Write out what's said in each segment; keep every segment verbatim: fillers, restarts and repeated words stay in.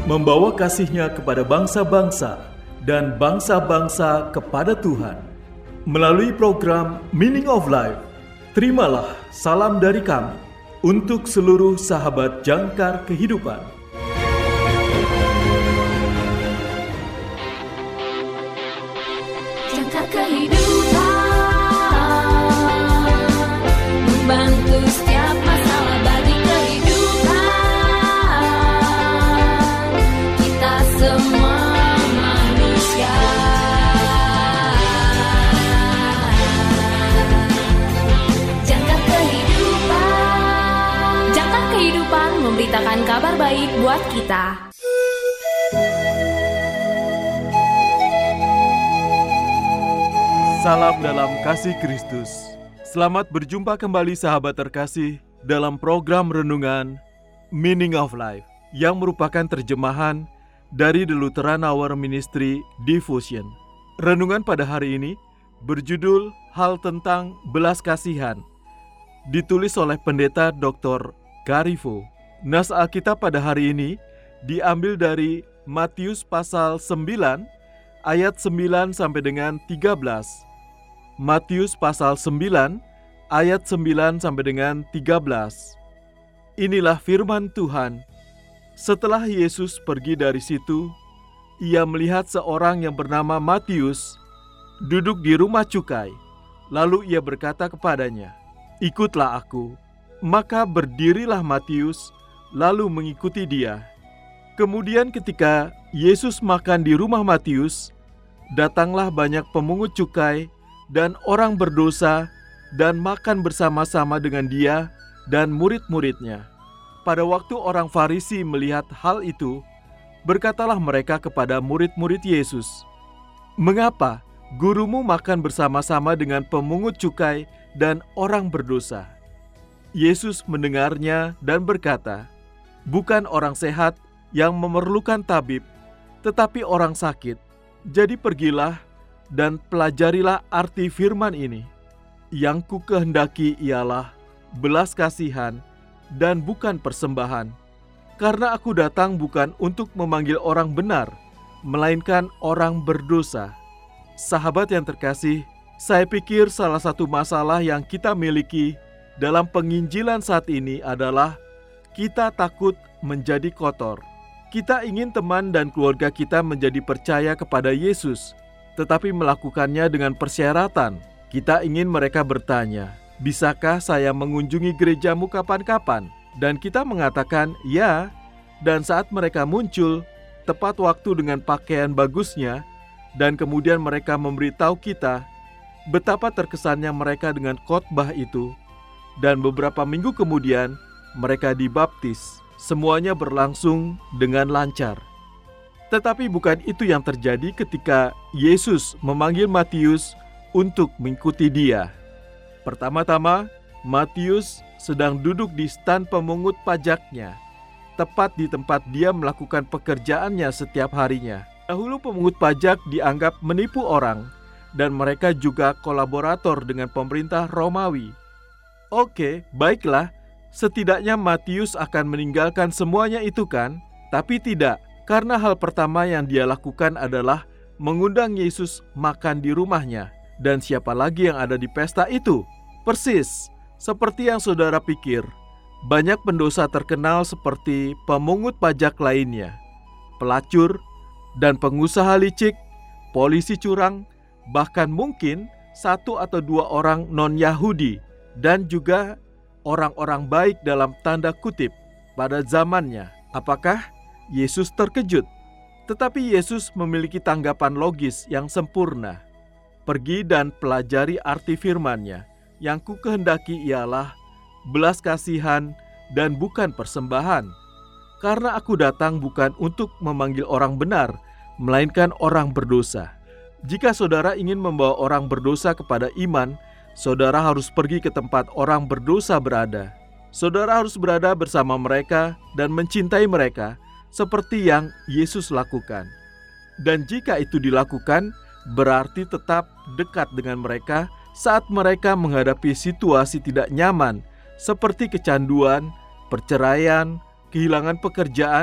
membawa kasih-Nya kepada bangsa-bangsa dan bangsa-bangsa kepada Tuhan. Melalui program Meaning of Life, terimalah salam dari kami untuk seluruh sahabat jangkar kehidupan. Jangkar kehidupan, membantu setiap masalah bagi kehidupan kita semua manusia. Jangkar kehidupan, jangkar kehidupan memberitakan kabar baik buat kita. Salam dalam kasih Kristus. Selamat berjumpa kembali sahabat terkasih dalam program renungan Meaning of Life yang merupakan terjemahan dari The Lutheran Hour Ministry Diffusion. Renungan pada hari ini berjudul Hal tentang Belas Kasihan, ditulis oleh Pendeta doktor Garifo. Nas Alkitab pada hari ini diambil dari Matius pasal sembilan ayat sembilan sampai dengan tiga belas. Matius pasal sembilan ayat sembilan sampai dengan tiga belas. Inilah firman Tuhan. Setelah Yesus pergi dari situ, ia melihat seorang yang bernama Matius duduk di rumah cukai. Lalu ia berkata kepadanya, "Ikutlah aku." Maka berdirilah Matius lalu mengikuti dia. Kemudian ketika Yesus makan di rumah Matius, datanglah banyak pemungut cukai dan orang berdosa dan makan bersama-sama dengan dia dan murid-muridnya. Pada waktu orang Farisi melihat hal itu, berkatalah mereka kepada murid-murid Yesus, "Mengapa gurumu makan bersama-sama dengan pemungut cukai dan orang berdosa?" Yesus mendengarnya dan berkata, "Bukan orang sehat yang memerlukan tabib, tetapi orang sakit. Jadi pergilah dan pelajarilah arti firman ini. Yang ku kehendaki ialah belas kasihan dan bukan persembahan. Karena aku datang bukan untuk memanggil orang benar, melainkan orang berdosa." Sahabat yang terkasih, saya pikir salah satu masalah yang kita miliki dalam penginjilan saat ini adalah kita takut menjadi kotor. Kita ingin teman dan keluarga kita menjadi percaya kepada Yesus, tetapi melakukannya dengan persyaratan. Kita ingin mereka bertanya, "Bisakah saya mengunjungi gerejamu kapan-kapan?" Dan kita mengatakan, "Ya." Dan saat mereka muncul, tepat waktu dengan pakaian bagusnya, dan kemudian mereka memberitahu kita betapa terkesannya mereka dengan khotbah itu, dan beberapa minggu kemudian mereka dibaptis. Semuanya berlangsung dengan lancar. Tetapi bukan itu yang terjadi ketika Yesus memanggil Matius untuk mengikuti dia. Pertama-tama, Matius sedang duduk di stan pemungut pajaknya, tepat di tempat dia melakukan pekerjaannya setiap harinya. Dahulu pemungut pajak dianggap menipu orang, dan mereka juga kolaborator dengan pemerintah Romawi. Oke, baiklah, setidaknya Matius akan meninggalkan semuanya itu kan? Tapi tidak. Karena hal pertama yang dia lakukan adalah mengundang Yesus makan di rumahnya. Dan siapa lagi yang ada di pesta itu? Persis seperti yang saudara pikir. Banyak pendosa terkenal seperti pemungut pajak lainnya, pelacur, dan pengusaha licik, polisi curang, bahkan mungkin satu atau dua orang non-Yahudi, dan juga orang-orang baik dalam tanda kutip pada zamannya. Apakah Yesus terkejut? Tetapi Yesus memiliki tanggapan logis yang sempurna. "Pergi dan pelajari arti firman-Nya. Yang ku kehendaki ialah belas kasihan dan bukan persembahan. Karena aku datang bukan untuk memanggil orang benar, melainkan orang berdosa." Jika saudara ingin membawa orang berdosa kepada iman, saudara harus pergi ke tempat orang berdosa berada. Saudara harus berada bersama mereka dan mencintai mereka, seperti yang Yesus lakukan. Dan jika itu dilakukan, berarti tetap dekat dengan mereka saat mereka menghadapi situasi tidak nyaman, seperti kecanduan, perceraian, kehilangan pekerjaan,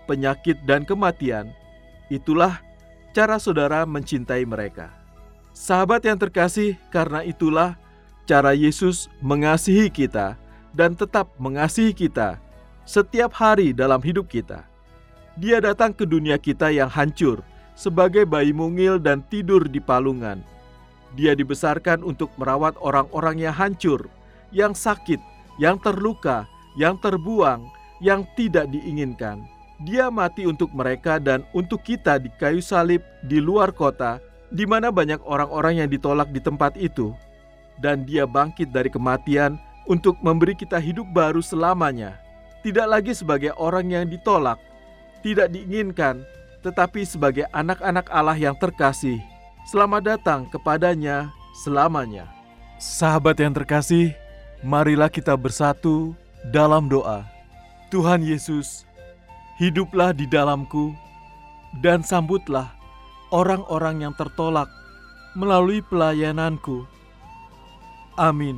penyakit, dan kematian, itulah cara saudara mencintai mereka. Sahabat yang terkasih, karena itulah cara Yesus mengasihi kita dan tetap mengasihi kita setiap hari dalam hidup kita. Dia datang ke dunia kita yang hancur sebagai bayi mungil dan tidur di palungan. Dia dibesarkan untuk merawat orang-orang yang hancur, yang sakit, yang terluka, yang terbuang, yang tidak diinginkan. Dia mati untuk mereka dan untuk kita di kayu salib di luar kota, di mana banyak orang-orang yang ditolak di tempat itu. Dan dia bangkit dari kematian untuk memberi kita hidup baru selamanya. Tidak lagi sebagai orang yang ditolak, tidak diinginkan, tetapi sebagai anak-anak Allah yang terkasih. Selamat datang kepadanya selamanya. Sahabat yang terkasih, marilah kita bersatu dalam doa. Tuhan Yesus, hiduplah di dalamku dan sambutlah orang-orang yang tertolak melalui pelayananku. Amin.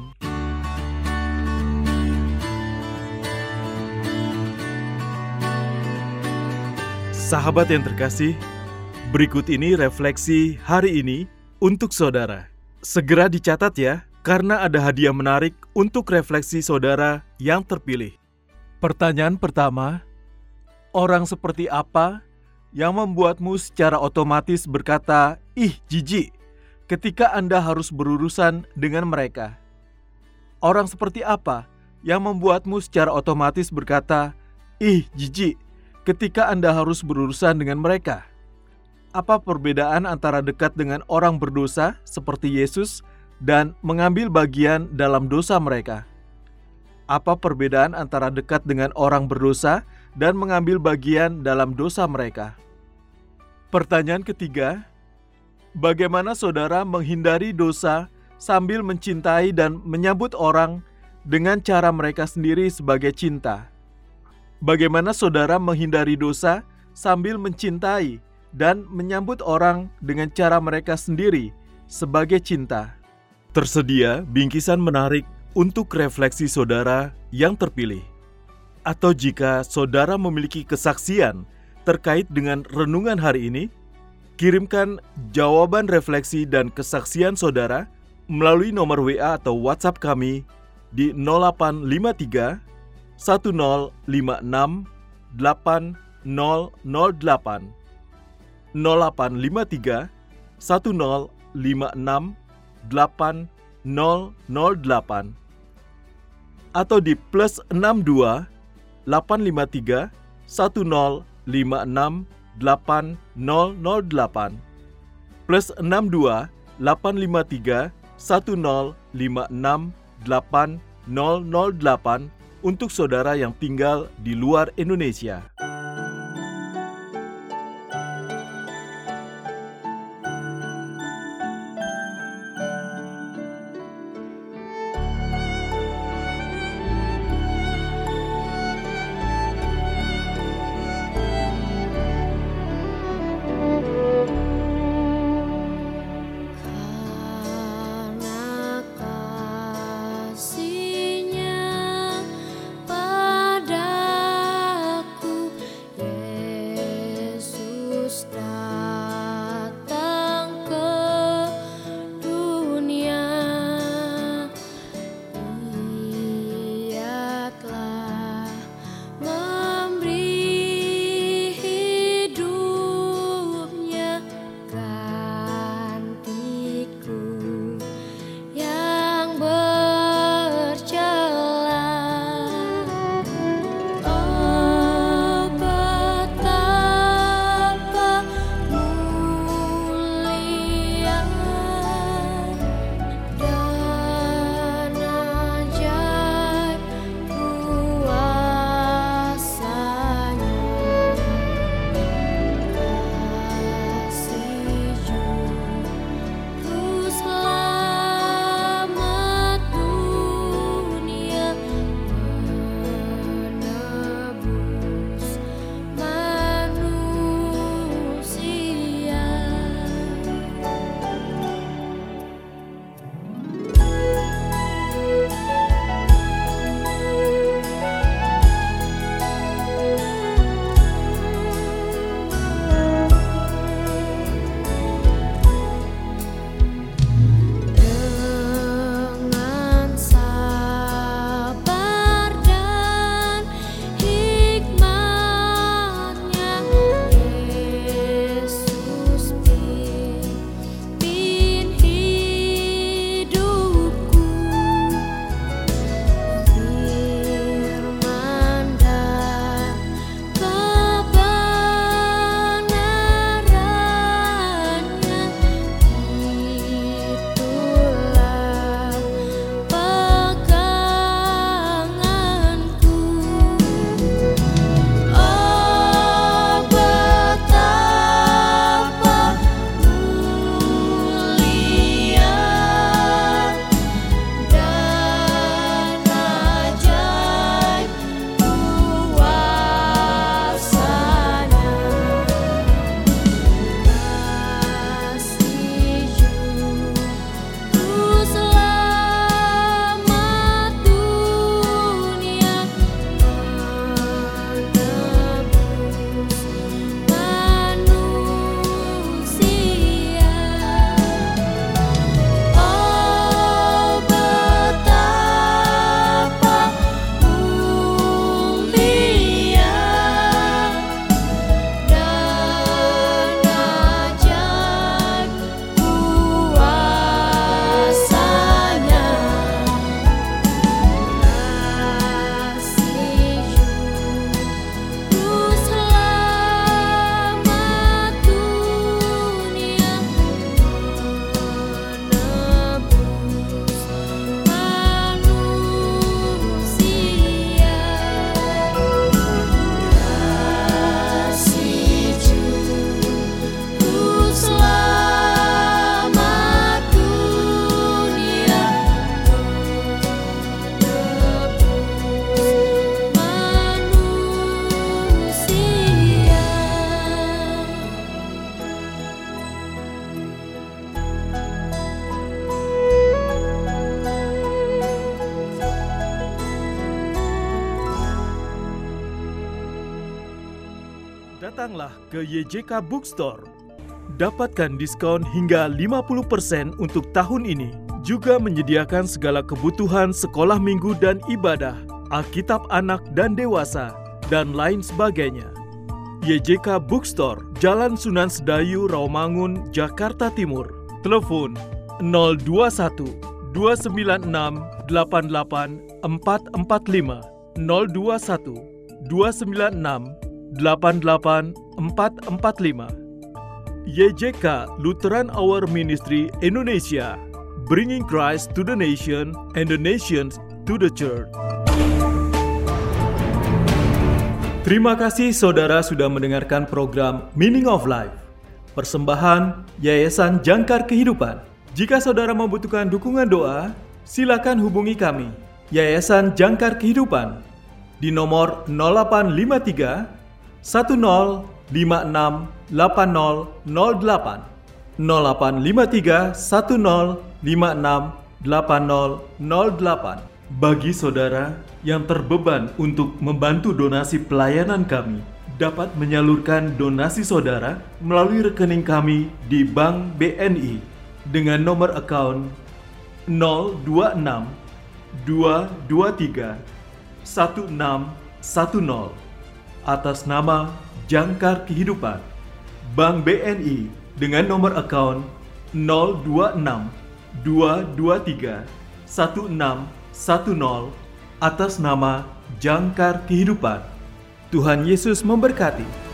Sahabat yang terkasih, berikut ini refleksi hari ini untuk saudara. Segera dicatat ya, karena ada hadiah menarik untuk refleksi saudara yang terpilih. Pertanyaan pertama, orang seperti apa yang membuatmu secara otomatis berkata, "Ih, jijik," ketika Anda harus berurusan dengan mereka? Orang seperti apa yang membuatmu secara otomatis berkata, "Ih, jijik," ketika Anda harus berurusan dengan mereka? Apa perbedaan antara dekat dengan orang berdosa seperti Yesus dan mengambil bagian dalam dosa mereka? Apa perbedaan antara dekat dengan orang berdosa dan mengambil bagian dalam dosa mereka? Pertanyaan ketiga, bagaimana saudara menghindari dosa sambil mencintai dan menyambut orang dengan cara mereka sendiri sebagai cinta? Bagaimana saudara menghindari dosa sambil mencintai dan menyambut orang dengan cara mereka sendiri sebagai cinta? Tersedia bingkisan menarik untuk refleksi saudara yang terpilih. Atau jika saudara memiliki kesaksian terkait dengan renungan hari ini, kirimkan jawaban refleksi dan kesaksian saudara melalui nomor W A atau WhatsApp kami di nol delapan lima tiga satu nol lima enam delapan nol nol delapan nol delapan lima tiga satu nol lima enam delapan nol nol delapan atau di plus enam dua delapan lima tiga satu nol lima enam delapan nol nol delapan plus enam dua delapan lima tiga satu nol lima enam delapan nol nol delapan untuk saudara yang tinggal di luar Indonesia. Padaku Datanglah ke Y J K Bookstore. Dapatkan diskon hingga lima puluh persen untuk tahun ini. Juga menyediakan segala kebutuhan sekolah minggu dan ibadah, Alkitab anak dan dewasa, dan lain sebagainya. Y J K Bookstore, Jalan Sunan Sedayu, Rawamangun, Jakarta Timur. Telepon nol dua satu dua sembilan enam delapan delapan empat empat lima nol dua satu dua sembilan enam delapan delapan empat empat lima. Y J K Lutheran Hour Ministry Indonesia, bringing Christ to the nation and the nations to the church. Terima kasih saudara sudah mendengarkan program Meaning of Life, persembahan Yayasan Jangkar Kehidupan. Jika saudara membutuhkan dukungan doa, silakan hubungi kami, Yayasan Jangkar Kehidupan, di nomor nol delapan lima tiga satu nol lima enam delapan nol nol delapan nol delapan lima tiga satu nol lima enam delapan nol nol delapan. Bagi saudara yang terbeban untuk membantu donasi pelayanan kami, dapat menyalurkan donasi saudara melalui rekening kami di Bank B N I dengan nomor account nol dua enam dua dua tiga satu enam satu nol atas nama Jangkar Kehidupan. Bank B N I dengan nomor account nol dua enam dua dua tiga satu enam satu nol atas nama Jangkar Kehidupan. Tuhan Yesus memberkati.